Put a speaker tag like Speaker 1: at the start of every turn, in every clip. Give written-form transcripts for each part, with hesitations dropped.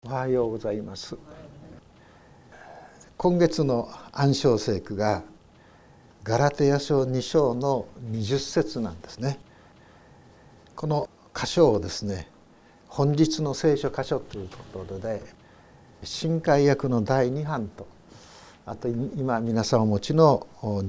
Speaker 1: おはようございます。今月の暗唱聖句がガラテヤ書2章の20節なんですね。この箇所をですね、本日の聖書箇所ということで新海訳の第2版と、あと今皆さんお持ちの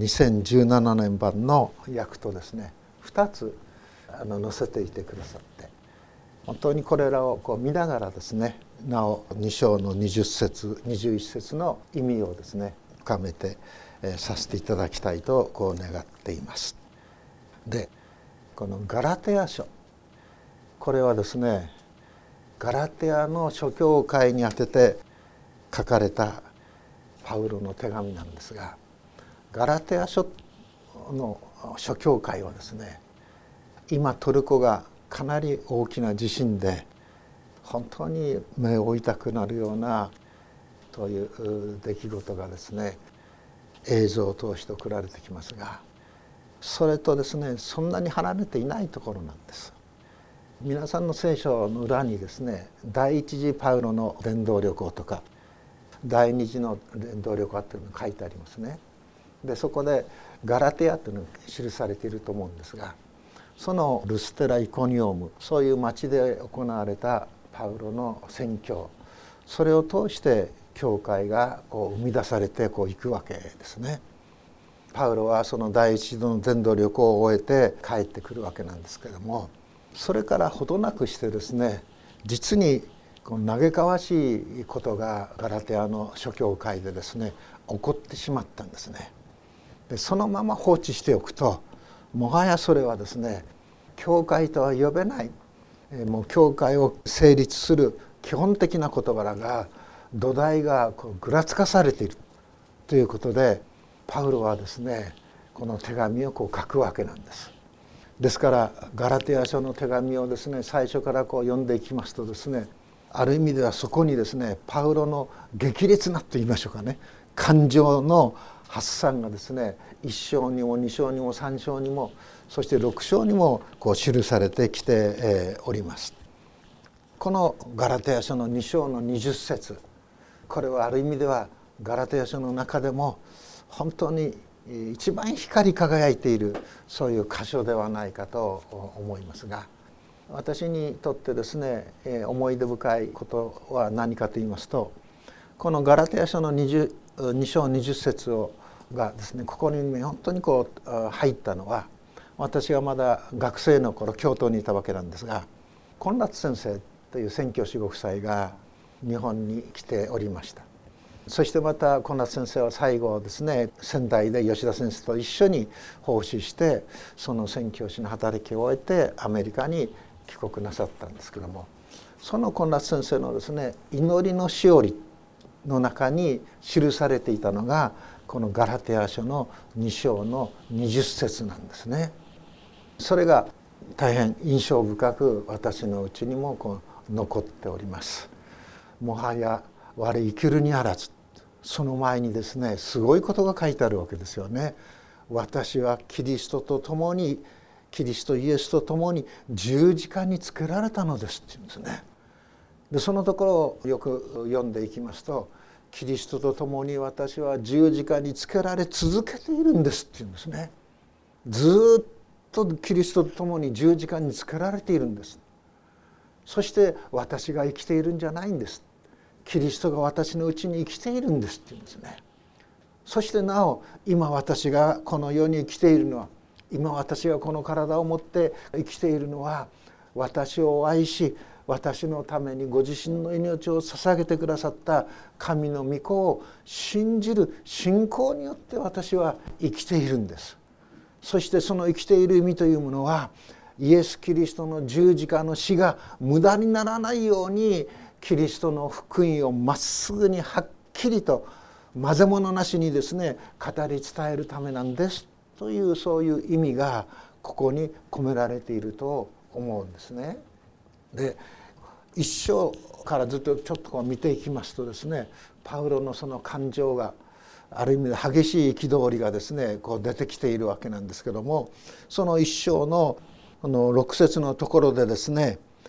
Speaker 1: 2017年版の訳とですね、2つ載せていてくださって、本当にこれらを見ながらですね、なお2章の20節21節の意味をですね深めてさせていただきたいと願っています。で、このガラテヤ書、これはですねガラテヤの諸教会に宛てて書かれたパウロの手紙なんですが、ガラテヤ書の諸教会はですね、今トルコがかなり大きな地震で本当に目を痛くなるようなという出来事がですね映像を通して送られてきますが、それとですねそんなに離れていないところなんです。皆さんの聖書の裏にですね、第一次パウロの伝道旅行とか第二次の伝道旅行というのが書いてありますね。でそこでガラテヤというのが記されていると思うんですが、そのルステラ・イコニオム、そういう町で行われたパウロの宣教、それを通して教会が生み出されていくわけですね。パウロはその第一度の伝道旅行を終えて帰ってくるわけなんですけれども、それからほどなくしてですね、実に嘆かわしいことがガラテヤの諸教会でですね起こってしまったんですね。でそのまま放置しておくと、もはやそれはですね教会とは呼べない、もう教会を成立する基本的な事柄が土台がぐらつかされているということで、パウロはですねこの手紙を書くわけなんです。ですからガラテヤ書の手紙をですね最初から読んでいきますとですね、ある意味ではそこにですねパウロの激烈なと言いましょうかね、感情の発散がですね1章にも2章にも3章にもそして6章にも記されてきております。このガラテヤ書の2章の20節、これはある意味ではガラテヤ書の中でも本当に一番光り輝いているそういう箇所ではないかと思いますが、私にとってですね思い出深いことは何かと言いますと、このガラテヤ書の2章20節がですねここに本当に入ったのは、私がまだ学生の頃京都にいたわけなんですが、金辣先生という宣教師ご夫妻が日本に来ておりました。そしてまた金辣先生は最後ですね仙台で吉田先生と一緒に奉仕して、その宣教師の働きを終えてアメリカに帰国なさったんですけども、その金辣先生のですね祈りのしおりの中に記されていたのがこのガラテヤ書の2章の20節なんですね。それが大変印象深く私のうちにも残っております。もはや我生きるにあらず、その前にですねすごいことが書いてあるわけですよね。私はキリストと共に、キリストイエスと共に十字架につけられたのですって言うんですね。でそのところをよく読んでいきますと、キリストと共に私は十字架につけられ続けているんですって言うんですね。ずっとキリストと共に十字架につけられているんです。そして私が生きているんじゃないんです、キリストが私のうちに生きているんですって言うんですね。そしてなお今私がこの世に生きているのは、今私がこの体を持って生きているのは、私を愛し私のためにご自身の命を捧げてくださった神の御子を信じる信仰によって私は生きているんです。そしてその生きている意味というものは、イエス・キリストの十字架の死が無駄にならないようにキリストの福音をまっすぐにはっきりと混ぜ物なしにですね語り伝えるためなんですという、そういう意味がここに込められていると思うんですね。で一章からずっとちょっと見ていきますとですね、パウロのその感情がある意味で激しい憤りがですね出てきているわけなんですけども、その一章のこの6節のところでですね、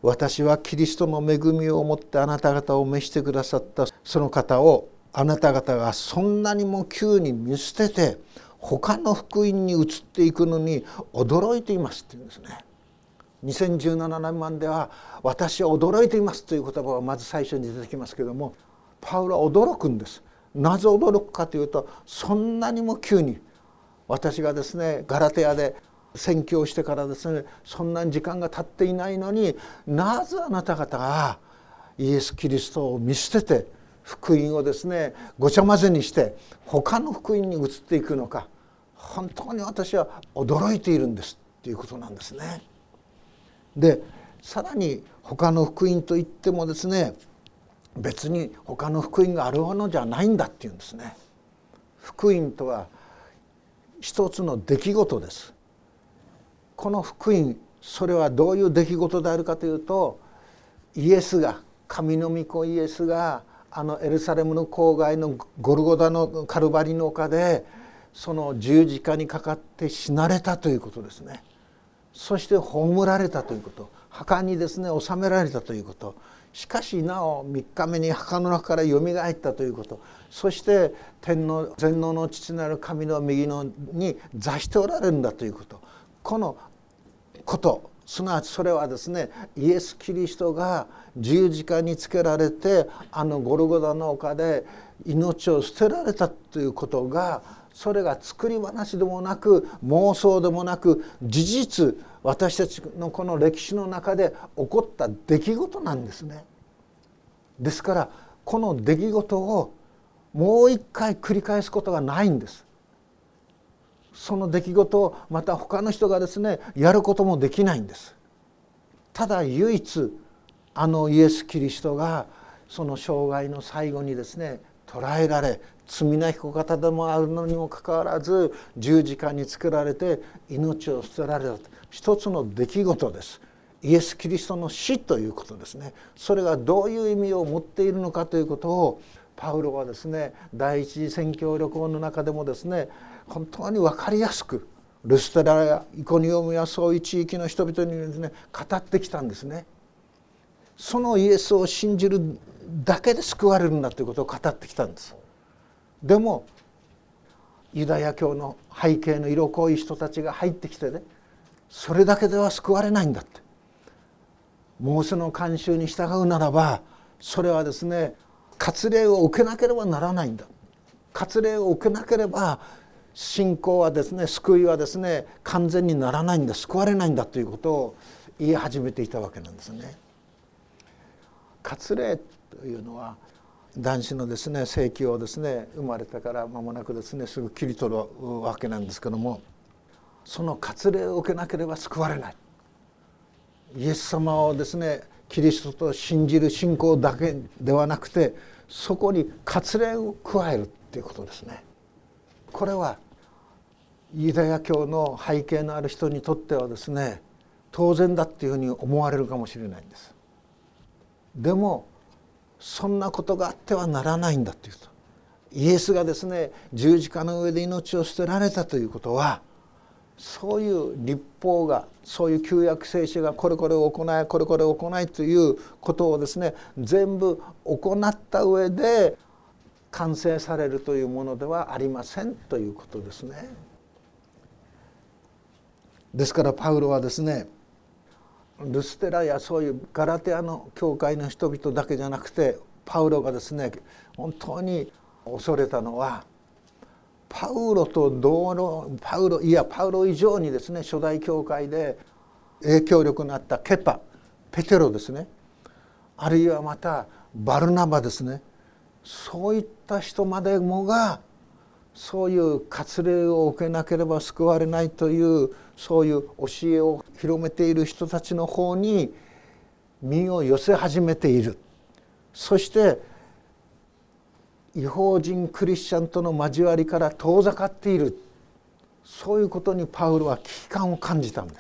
Speaker 1: 私はキリストの恵みをもってあなた方を召してくださったその方をあなた方がそんなにも急に見捨てて他の福音に移っていくのに驚いていますって言うんですね。2017年版では私は驚いていますという言葉がまず最初に出てきますけれども、パウロは驚くんです。なぜ驚くかというと、そんなにも急に私がですねガラテヤで宣教してからですねそんなに時間が経っていないのに、なぜあなた方がイエス・キリストを見捨てて福音をですねごちゃ混ぜにして他の福音に移っていくのか、本当に私は驚いているんですっていうことなんですね。でさらに他の福音といってもですね、別に他の福音があるものじゃないんだっていうんですね。福音とは一つの出来事です。この福音、それはどういう出来事であるかというと、イエスが、神の御子イエスがエルサレムの郊外のゴルゴダのカルバリの丘でその十字架にかかって死なれたということですね。そして葬られたということ、墓にですね納められたということ、しかしなお3日目に墓の中からよみがえったということ、そして天の全能の父なる神の右のに座しておられるんだということ、このこと、すなわちそれはですねイエス・キリストが十字架につけられてゴルゴダの丘で命を捨てられたということが、それが作り話でもなく妄想でもなく事実、私たちのこの歴史の中で起こった出来事なんですね。ですからこの出来事をもう一回繰り返すことがないんです。その出来事をまた他の人がですねやることもできないんです。ただ唯一イエス・キリストがその生涯の最後にですね捕らえられ、罪なき子方でもあるのにもかかわらず十字架につけられて命を捨てられた一つの出来事です。イエス・キリストの死ということですね。それがどういう意味を持っているのかということをパウロはですね第一次宣教旅行の中でもですね本当に分かりやすくルステラやイコニオムやそういう地域の人々にですね語ってきたんですね。そのイエスを信じるだけで救われるんだということを語ってきたんです。でもユダヤ教の背景の色濃い人たちが入ってきてね、それだけでは救われないんだって、モーセの慣習に従うならばそれはですね割礼を受けなければならないんだ、割礼を受けなければ信仰はですね救いはですね完全にならないんだ、救われないんだということを言い始めていたわけなんですね。割礼というのは男子のですね聖器をですね生まれてから間もなくですねすぐ切り取るわけなんですけども、その割礼を受けなければ救われない、イエス様をですねキリストと信じる信仰だけではなくてそこに割礼を加えるっていうことですね。これはユダヤ教の背景のある人にとってはですね当然だっていうふうに思われるかもしれないんです。でもそんなことがあってはならないんだというと、イエスがですね十字架の上で命を捨てられたということは、そういう律法が、そういう旧約聖書がこれこれを行いこれこれを行いということをですね全部行った上で完成されるというものではありませんということですね。ですからパウロはですねルステラやそういうガラテアの教会の人々だけじゃなくて、パウロがですね本当に恐れたのは、パウロ以上にですね初代教会で影響力のあったケパ、ペテロですね、あるいはまたバルナバですね、そういった人までもがそういう割礼を受けなければ救われないというそういう教えを広めている人たちの方に身を寄せ始めている。そして異邦人クリスチャンとの交わりから遠ざかっている、そういうことにパウロは危機感を感じたんです。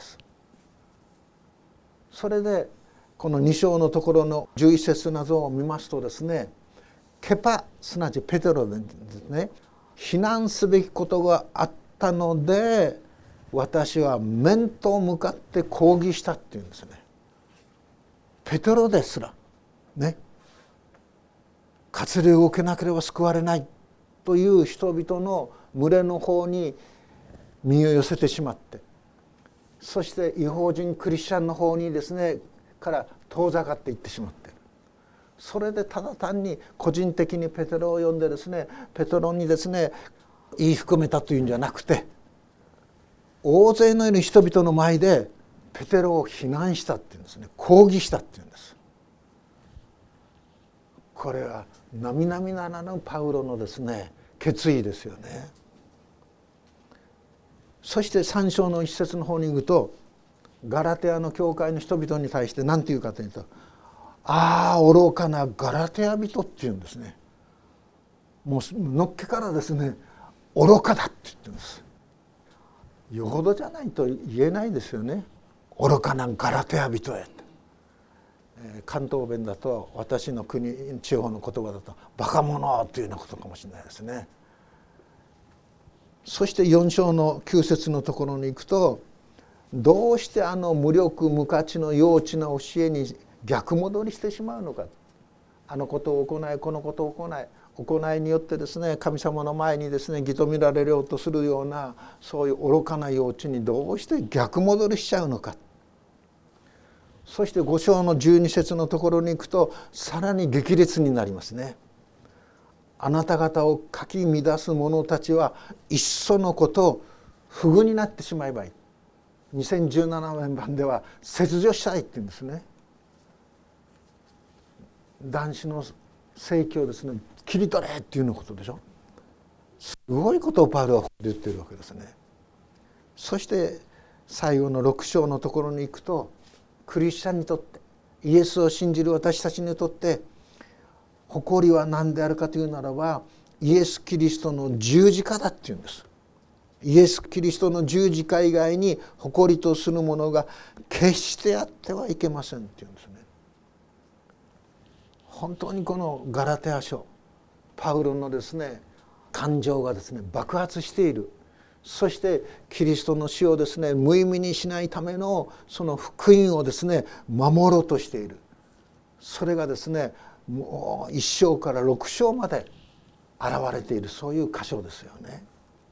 Speaker 1: それでこの2章のところの11節などを見ますとですね、ケパすなわちペテロですね、非難すべきことがあったので私は面と向かって抗議したっていうんですね。 ペテロですらね、割礼を受けなければ救われないという人々の群れの方に身を寄せてしまって、そして異邦人クリスチャンの方にですねから遠ざかっていってしまっている。それでただ単に個人的にペテロを呼んでですね、ペテロにですね言い含めたというんじゃなくて、大勢のいる人々の前でペテロを非難したっていうんですね、抗議したっていうんです。これは並々ならぬパウロのですね決意ですよね。そして3章の一節の方に行くと、ガラテヤの教会の人々に対して何て言うかというと、ああ愚かなガラテヤ人っていうんですね。もうのっけからですね愚かだって言ってるんです。よほどじゃないと言えないですよね。愚かなガラテヤ人へ。関東弁だと、私の国地方の言葉だとバカ者というようなことかもしれないですね。そして4章の9節のところに行くと、どうして無力無価値の幼稚な教えに逆戻りしてしまうのか。あのことを行いこのことを行いによってですね、神様の前にですね義と見られようとするような、そういう愚かな幼稚にどうして逆戻りしちゃうのか。そして5章の12節のところに行くと、さらに激烈になりますね。あなた方をかき乱す者たちはいっそのこと不遇になってしまえばいい。2017年版では切除したいって言うんですね。男子の性器をですね切り取れっていうようなことでしょ。すごいことをパウロは言っているわけですね。そして最後の6章のところに行くと、クリスチャンにとって、イエスを信じる私たちにとって誇りは何であるかというならば、イエス・キリストの十字架だっていうんです。イエス・キリストの十字架以外に誇りとするものが決してあってはいけませんっていうんですね。本当にこのガラテヤ書、パウロのですね感情がですね爆発している。そしてキリストの死をですね無意味にしないためのその福音をですね守ろうとしている。それがですねもう1章から6章まで現れている、そういう箇所ですよね。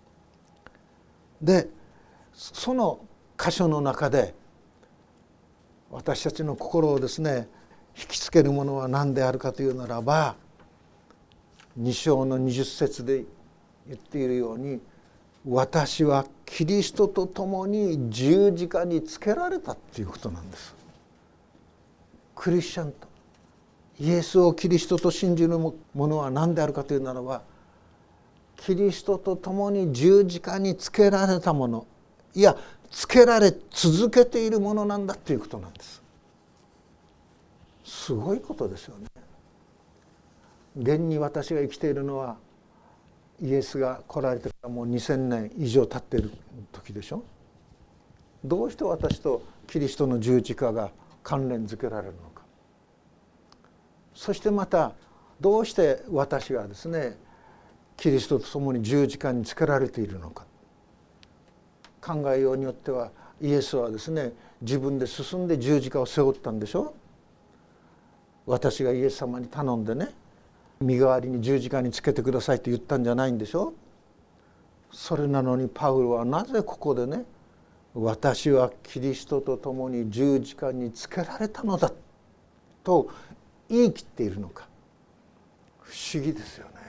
Speaker 1: でその箇所の中で私たちの心をですね引きつけるものは何であるかというならば、2章の20節で言っているように、私はキリストと共に十字架につけられたっていうことなんです。クリスチャンとイエスをキリストと信じるものは何であるかというならば、キリストと共に十字架につけられたもの、いやつけられ続けているものなんだということなんです。すごいことですよね。現に私が生きているのはイエスが来られてからもう2000年以上経っている時でしょ。どうして私とキリストの十字架が関連づけられるのか。そしてまたどうして私がですねキリストと共に十字架につけられているのか。考えようによってはイエスはですね自分で進んで十字架を背負ったんでしょ。私がイエス様に頼んでね、身代わりに十字架につけてくださいと言ったんじゃないんでしょ。それなのにパウロはなぜここでね、私はキリストと共に十字架につけられたのだと言い切っているのか。不思議ですよね。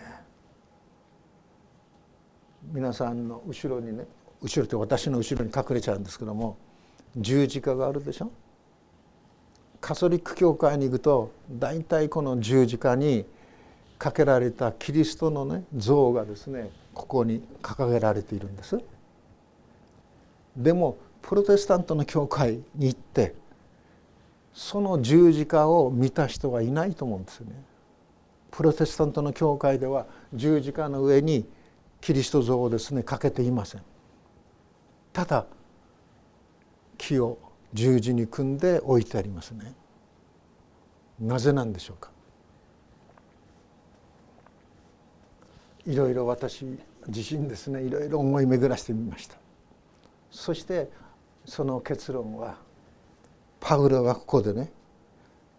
Speaker 1: 皆さんの後ろにね、後ろって私の後ろに隠れちゃうんですけども、十字架があるでしょ。カトリック教会に行くと大体この十字架にかけられたキリストのね像がですねここに掲げられているんです。でもプロテスタントの教会に行ってその十字架を見た人はいないと思うんですよね。プロテスタントの教会では十字架の上にキリスト像をですねかけていません。ただ木を十字に組んで置いてありますね。なぜなんでしょうか。いろいろ私自身ですねいろいろ思い巡らしてみました。そしてその結論はパウロがここでね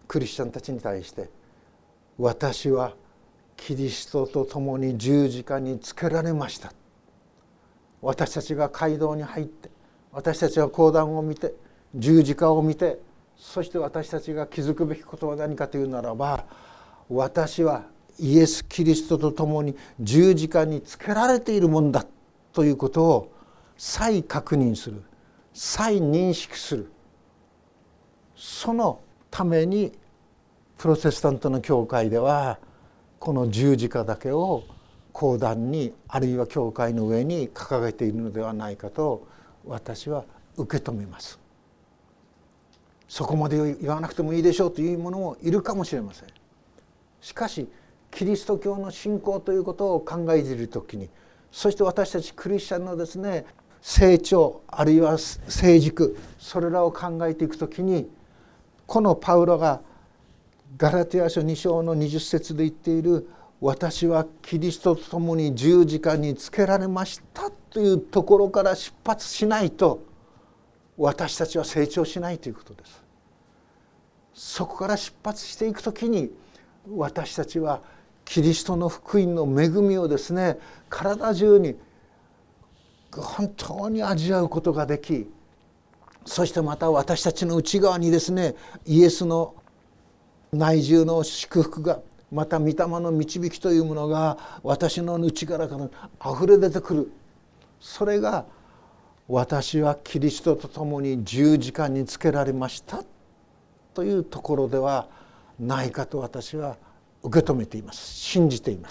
Speaker 1: クリスチャンたちに対して、私はキリストと共に十字架につけられました。私たちが街道に入って、私たちは講談を見て、十字架を見て、そして私たちが気づくべきことは何かというならば、私はイエス・キリストと共に十字架につけられているもんだということを再確認する、再認識する。そのためにプロテスタントの教会ではこの十字架だけを講談に、あるいは教会の上に掲げているのではないかと私は受け止めます。そこまで言わなくてもいいでしょうというものもいるかもしれません。しかしキリスト教の信仰ということを考えているときに、そして私たちクリスチャンのですね、成長あるいは成熟、それらを考えていくときに、このパウロがガラテヤ書2章の20節で言っている、私はキリストと共に十字架につけられましたというところから出発しないと、私たちは成長しないということです。そこから出発していくときに、私たちはキリストの福音の恵みをですね、体中に本当に味わうことができ、そしてまた私たちの内側にですね、イエスの内住の祝福が、また御霊の導きというものが私の内側からあふれ出てくる。それが私はキリストと共に十字架につけられましたというところではないかと私は受け止めています。信じています。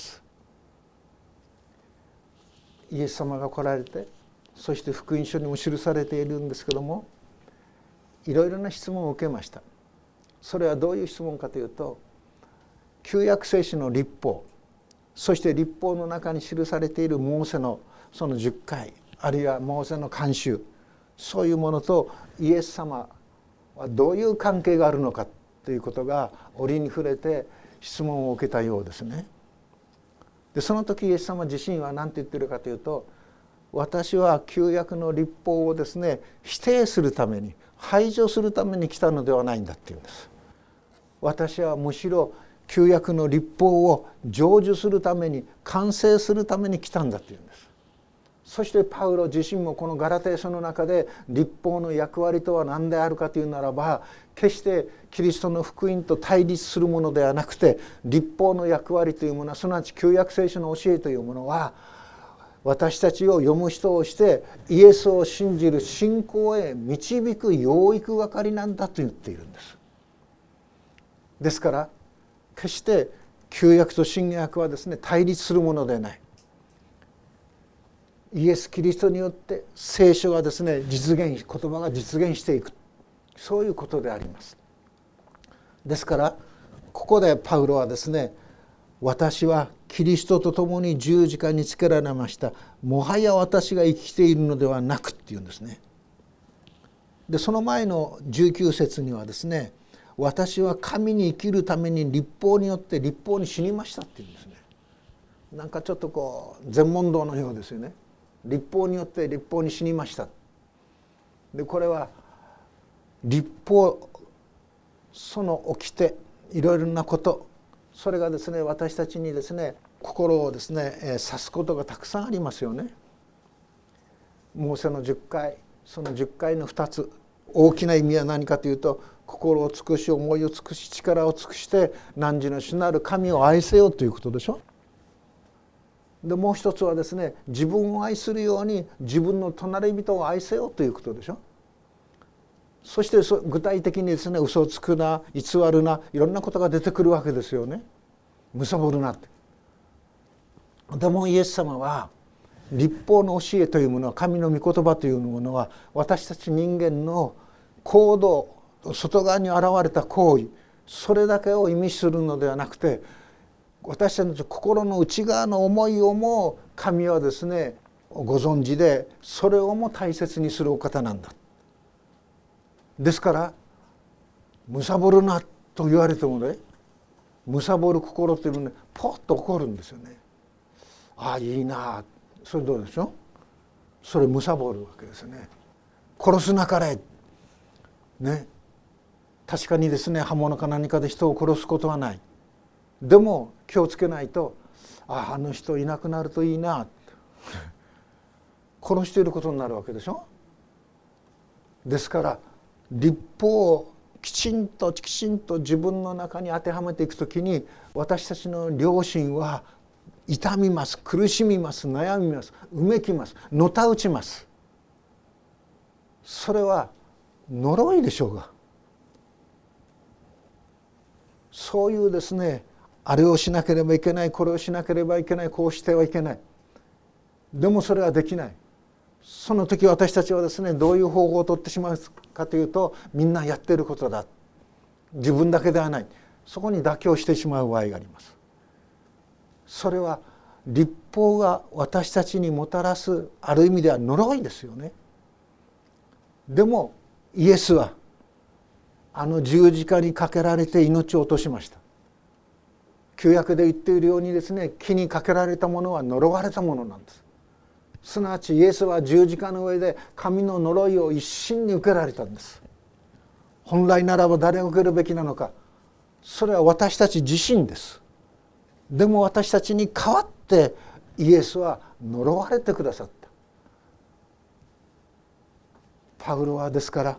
Speaker 1: イエス様が来られて、そして福音書にも記されているんですけども、いろいろな質問を受けました。それはどういう質問かというと、旧約聖書の律法、そして律法の中に記されているモーセのその10回、あるいはモーセの慣習、そういうものとイエス様はどういう関係があるのかということが折に触れて質問を受けたようですね。でその時イエス様自身は何て言ってるかというと、私は旧約の律法をですね、否定するために、排除するために来たのではないんだっていうんです。私はむしろ旧約の律法を成就するために、完成するために来たんだっていうんです。そしてパウロ自身もこのガラテヤ書の中で、律法の役割とは何であるかというならば、決してキリストの福音と対立するものではなくて、律法の役割というものは、すなわち旧約聖書の教えというものは、私たちを読む人をしてイエスを信じる信仰へ導く養育係なんだと言っているんです。ですから決して旧約と新約はですね、対立するものではない。イエス・キリストによって聖書がですね、実現、言葉が実現していく、そういうことであります。ですからここでパウロはですね、私はキリストと共に十字架につけられました。もはや私が生きているのではなくっていうんですね。でその前の19節にはですね、私は神に生きるために律法によって律法に死にましたっていうんですね。なんかちょっとこう禅問答のようですよね。律法によって律法に死にました。でこれは律法、その起きていろいろなこと、それがですね、私たちにですね、心をですね、指すことがたくさんありますよね。モーセの10回、その10回の2つ、大きな意味は何かというと、心を尽くし、思いを尽くし、力を尽くして汝の主なる神を愛せよということでしょ。でもう一つはですね、自分を愛するように自分の隣人を愛せよということでしょ。そして具体的にですね、嘘をつくな、偽るな、いろんなことが出てくるわけですよね。貪るなって。でもイエス様は律法の教えというものは、神の御言葉というものは、私たち人間の行動、外側に現れた行為、それだけを意味するのではなくて、私たちの心の内側の思いをも神はですねご存知で、それをも大切にするお方なんだ。ですから貪るなと言われてもね、貪る心というのはね、ポッと起こるんですよね。ああいいな、それどうでしょう。それ貪るわけですよね。殺すなかれね、 確かにですね、刃物か何かで人を殺すことはない。でも気をつけないと、あの人いなくなるといいな殺していることになるわけでしょ。ですから律法をきちんと自分の中に当てはめていくときに、私たちの良心は痛みます、苦しみます、悩みます、うめきます、のたうちます。それは呪いでしょうが、そういうですね、あれをしなければいけない、これをしなければいけない、こうしてはいけない、でもそれはできない。その時私たちはですね、どういう方法をとってしまうかというと、みんなやっていることだ、自分だけではない、そこに妥協してしまう場合があります。それは律法が私たちにもたらす、ある意味では呪いですよね。でもイエスはあの十字架にかけられて命を落としました。旧約で言っているようにですね、木にかけられたものは呪われたものなんです。すなわちイエスは十字架の上で神の呪いを一身に受けられたんです。本来ならば誰が受けるべきなのか、それは私たち自身です。でも私たちに代わってイエスは呪われてくださった。パウロはですから、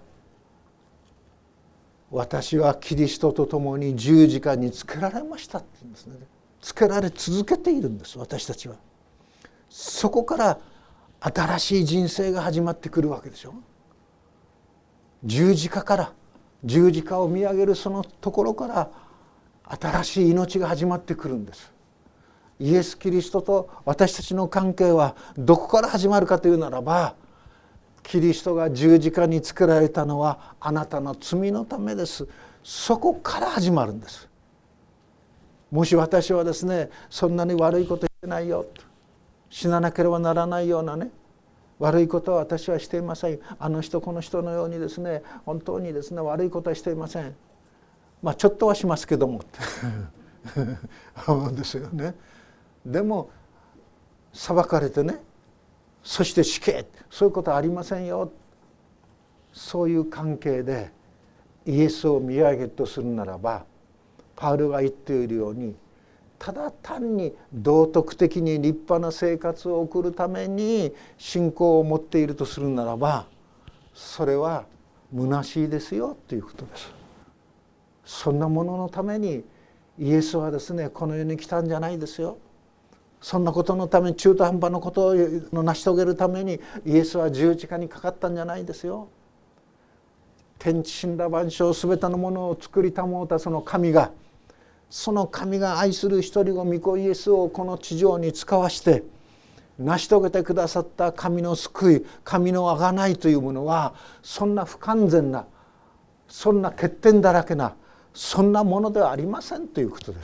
Speaker 1: 私はキリストと共に十字架につけられましたって言うんですね。つけられ続けているんです、私たちは。そこから新しい人生が始まってくるわけでしょ。十字架から、十字架を見上げるそのところから新しい命が始まってくるんです。イエス・キリストと私たちの関係はどこから始まるかというならば、キリストが十字架につけられたのはあなたの罪のためです。そこから始まるんです。もし私はですね、そんなに悪いことしてないよ、死ななければならないようなね、悪いことは私はしていません。あの人この人のようにですね、本当にですね、悪いことはしていません。まあちょっとはしますけども思うんですよね。でも裁かれてね、そして死刑、そういうことはありませんよ。そういう関係でイエスを見上げとするならば、パウロが言っているように、ただ単に道徳的に立派な生活を送るために信仰を持っているとするならば、それは虚しいですよということです。そんなもののためにイエスはですね、この世に来たんじゃないですよ。そんなことのために、中途半端なことを成し遂げるためにイエスは十字架にかかったんじゃないですよ。天地神羅万象すべてのものを作りたもうたその神が、その神が愛する一人子御子イエスをこの地上に使わして成し遂げてくださった神の救い、神の贖いというものは、そんな不完全な、そんな欠点だらけな、そんなものではありませんということです。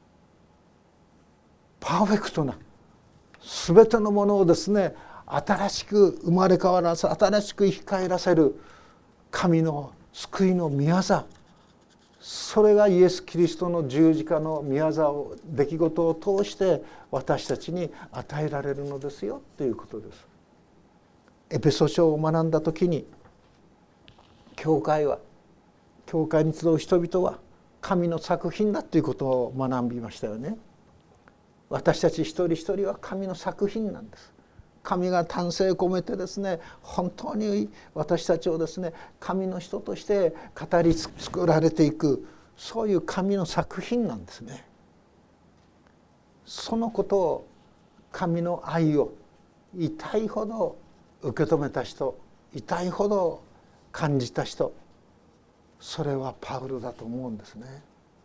Speaker 1: パーフェクトな全てのものをですね、新しく生まれ変わらせ、新しく生き返らせる神の救いの御業、それがイエス・キリストの十字架の御業を、出来事を通して私たちに与えられるのですよということです。エペソ書を学んだ時に、教会に集う人々は神の作品だということを学びましたよね。私たち一人一人は神の作品なんです。神が丹精込めてですね、本当に私たちをですね、神の人として語り作られていく、そういう神の作品なんですね。そのことを、神の愛を痛いほど受け止めた人、痛いほど感じた人、それはパウロだと思うんですね。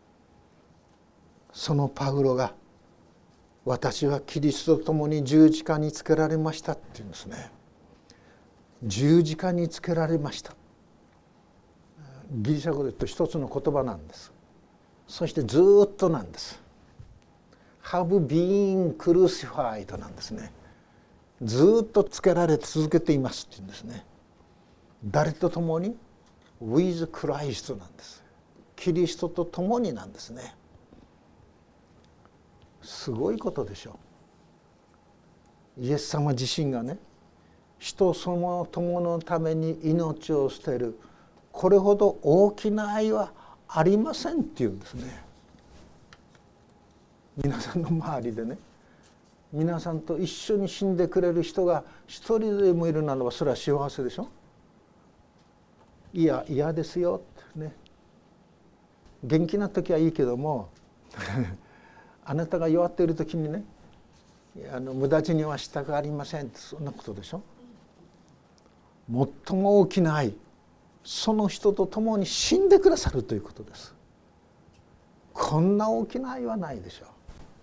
Speaker 1: そのパウロが、私はキリストと共に十字架につけられましたって言うんですね。十字架につけられました。ギリシャ語で言うと一つの言葉なんです。そしてずっとなんです。have been crucified なんですね。ずっとつけられ続けていますって言うんですね。誰と共に？ with Christ なんです。キリストと共になんですね。すごいことでしょう。イエス様自身がね、人その友のために命を捨てる、 これほど大きな愛はありませんっていうんですね。皆さんの周りでね、皆さんと一緒に死んでくれる人が一人でもいるならばそれは幸せでしょ。いや嫌ですよってね。元気な時はいいけどもあなたが弱っている時にね、無駄死にはしたくありませんって、そんなことでしょ。最も大きな愛、その人と共に死んでくださるということです。こんな大きな愛はないでしょ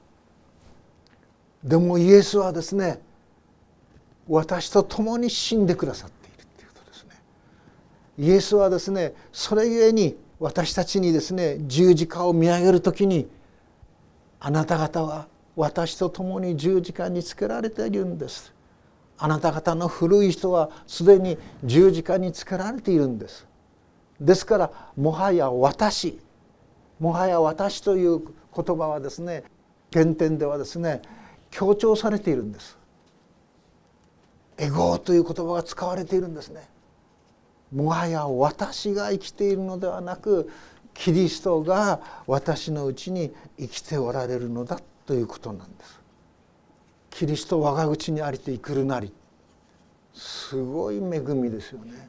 Speaker 1: う。でもイエスはですね、私と共に死んでくださっているということですね。イエスはですね、それゆえに私たちにですね、十字架を見上げるときに、あなた方は私と共に十字架につけられているんです。あなた方の古い人はすでに十字架につけられているんです。ですからもはや私という言葉はですね、原点ではですね、強調されているんです。エゴという言葉が使われているんですね。もはや私が生きているのではなく、キリストが私のうちに生きておられるのだということなんです。キリスト我がうちにありて生くるなり、すごい恵みですよね。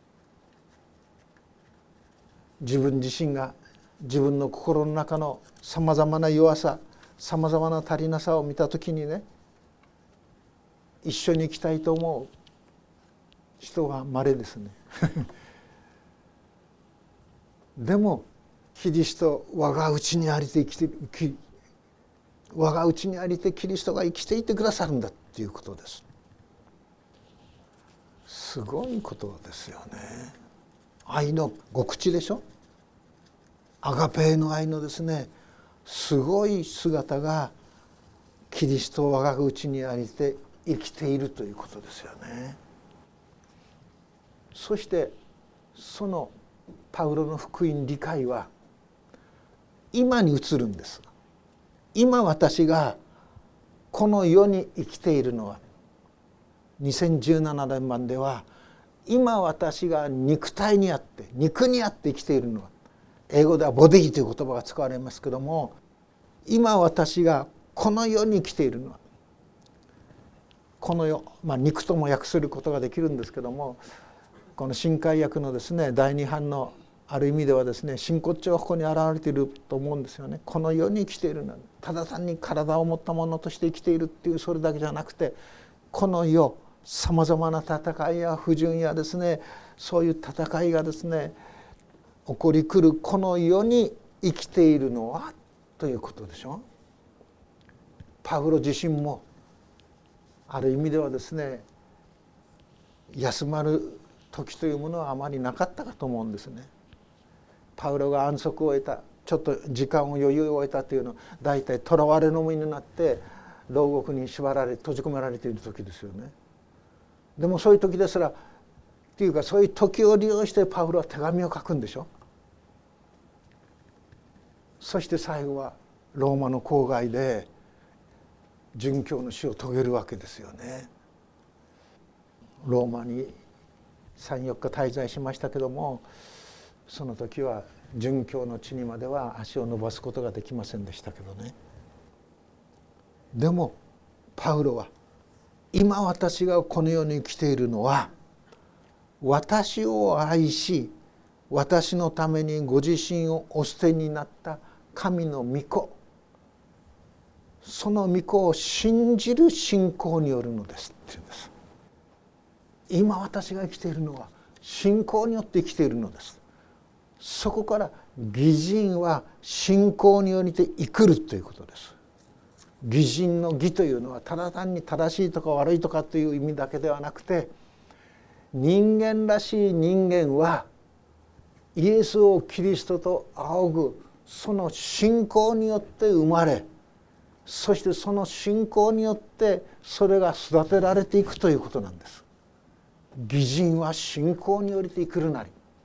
Speaker 1: 自分自身が自分の心の中のさまざまな弱さ、さまざまな足りなさを見た時にね、一緒に生きたいと思う人は稀ですねでもキリスト我がうちにありて我がうちにありてキリストが生きていてくださるんだっていうことです。すごいことですよね。愛の極致でしょ。アガペーの愛のですね、すごい姿がキリスト我がうちにありて生きているということですよね。そしてそのパウロの福音理解は今に移るんです。今私がこの世に生きているのは、2017年版では今私が肉体にあって肉にあって生きているのは、英語ではボディという言葉が使われますけども、今私がこの世に生きているのは、この世、肉とも訳することができるんですけども、この新海訳のですね第二版のある意味ではですね、真骨頂がここに現れていると思うんですよね。この世に生きているのはただ単に体を持ったものとして生きているっていうそれだけじゃなくて、この世さまざまな戦いや不順やですね、そういう戦いがですね起こりくるこの世に生きているのはということでしょ。パウロ自身もある意味ではですね、休まる時というものはあまりなかったかと思うんですね。パウロが安息を得た、ちょっと時間を余裕を得たというのは大体囚われの身になって牢獄に縛られ閉じ込められている時ですよね。でもそういう時ですらっていうか、そういう時を利用してパウロは手紙を書くんでしょ。そして最後はローマの郊外で殉教の死を遂げるわけですよね。ローマに3、4日滞在しましたけども、その時は殉教の地にまでは足を伸ばすことができませんでしたけどね。でもパウロは、今私がこの世に生きているのは、私を愛し私のためにご自身をお捨てになった神の御子、その御子を信じる信仰によるのですって言うんです。今私が生きているのは信仰によって生きているのです。そこから義人は信仰によって生くるということです。義人の義というのはただ単に正しいとか悪いとかという意味だけではなくて、人間らしい人間はイエスをキリストと仰ぐその信仰によって生まれ、そしてその信仰によってそれが育てられていくということなんです。義人は信仰によりて生くるなり、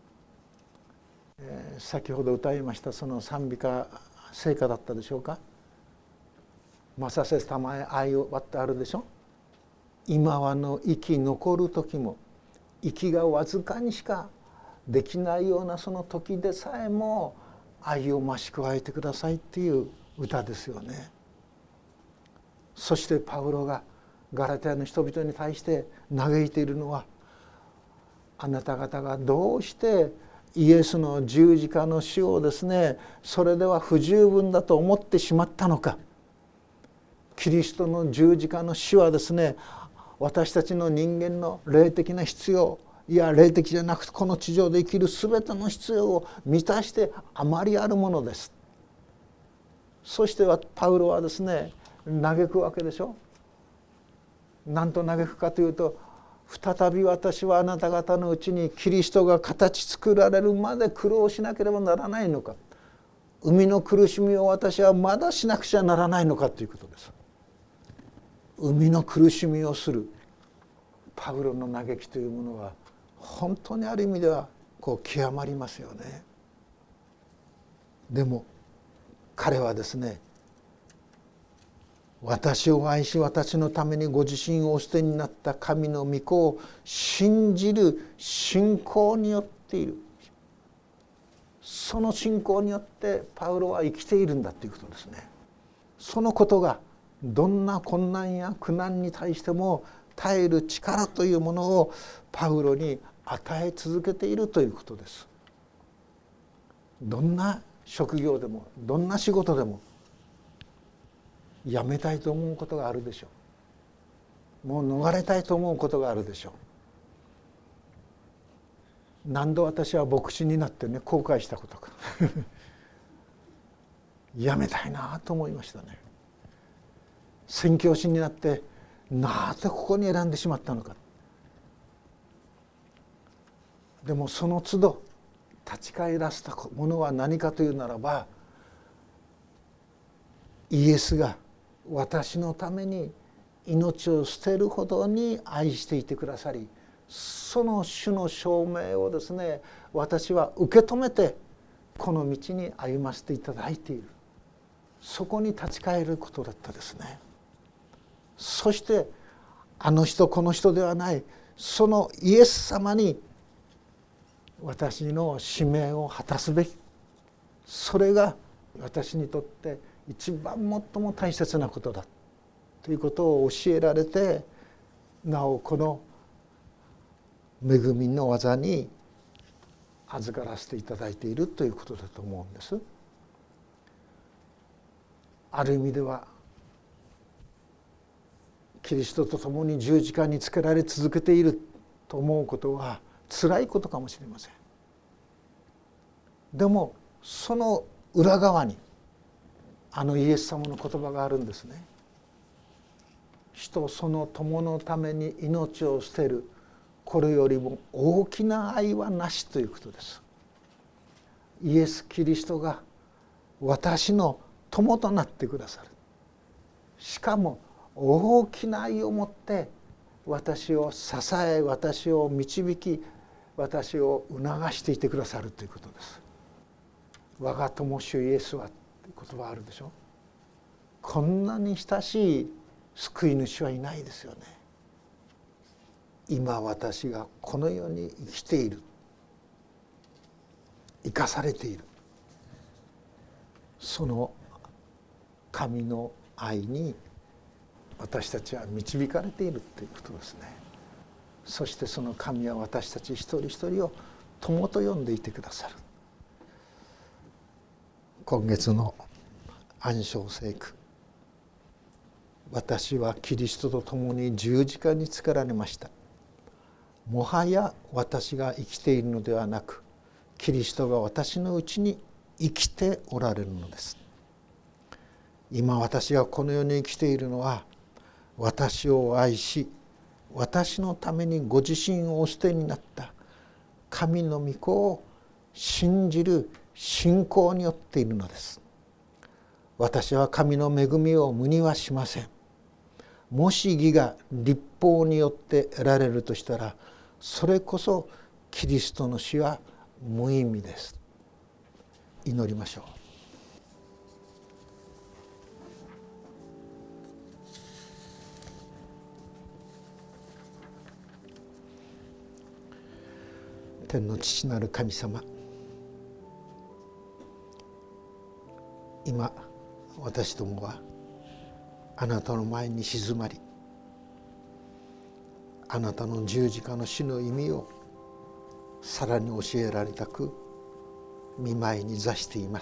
Speaker 1: 先ほど歌いましたその賛美歌聖歌だったでしょうか。正せたまえ愛を割ってあるでしょ。今はの息残る時も、息がわずかにしかできないようなその時でさえも愛を増し加えてくださいっていう歌ですよね。そしてパウロがガラテヤの人々に対して嘆いているのは、あなた方がどうしてイエスの十字架の死をですね、それでは不十分だと思ってしまったのか。キリストの十字架の死はですね、私たちの人間の霊的な必要、いや霊的じゃなくてこの地上で生きる全ての必要を満たしてあまりあるものです。そしてパウロはですね嘆くわけでしょ。なんと嘆くかというと、再び私はあなた方のうちにキリストが形作られるまで苦労しなければならないのか、生みの苦しみを私はまだしなくちゃならないのかということです。生みの苦しみをするパウロの嘆きというものは本当にある意味では極まりますよね。でも彼はですね、私を愛し私のためにご自身をお捨てになった神の御子を信じる信仰によっている。その信仰によってパウロは生きているんだということですね。そのことがどんな困難や苦難に対しても耐える力というものをパウロに与え続けているということです。どんな職業でもどんな仕事でも辞めたいと思うことがあるでしょう。もう逃れたいと思うことがあるでしょう。何度私は牧師になってね後悔したことか辞めたいなと思いましたね。宣教師になってなぜここに選んでしまったのか。でもその都度立ち返らせたものは何かというならば、イエスが私のために命を捨てるほどに愛していてくださり、その主の証明をですね私は受け止めてこの道に歩ませていただいている。そこに立ち返ることだったですね。そしてあの人この人ではない、そのイエス様に私の使命を果たすべき、それが私にとって一番最も大切なことだということを教えられて、なおこの恵みの技に預からせていただいているということだと思うんです。ある意味ではキリストと共に十字架につけられ続けていると思うことは辛いことかもしれません。でもその裏側にあのイエス様の言葉があるんですね。人その友のために命を捨てる、これよりも大きな愛はなしということです。イエス・キリストが私の友となってくださる。しかも大きな愛を持って私を支え、私を導き、私を促していてくださるということです。我が友主イエスはという言葉あるでしょ。こんなに親しい救い主はいないですよね。今私がこの世に生きている、生かされている、その神の愛に私たちは導かれているということですね。そしてその神は私たち一人一人を友と呼んでいてくださる。今月の暗唱聖句、私はキリストと共に十字架につけられました。もはや私が生きているのではなく、キリストが私のうちに生きておられるのです。今私がこの世に生きているのは、私を愛し私のためにご自身をお捨てになった神の御子を信じる信仰によっているのです。私は神の恵みを無にはしません。もし義が律法によって得られるとしたら、それこそキリストの死は無意味です。祈りましょう。 天の父なる神様、今私どもはあなたの前に静まり、あなたの十字架の死の意味をさらに教えられたく御前に座しています。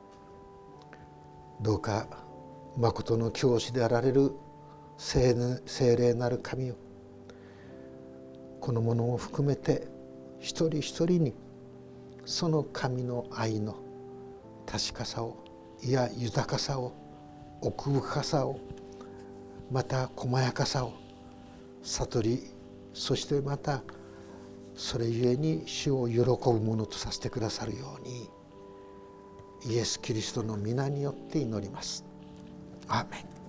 Speaker 1: どうか誠の教師であられる聖霊なる神を、このものを含めて一人一人にその神の愛の確かさを、いや豊かさを、奥深さを、また細やかさを悟り、そしてまたそれゆえに主を喜ぶものとさせてくださるように、イエス・キリストの皆によって祈ります。アーメン。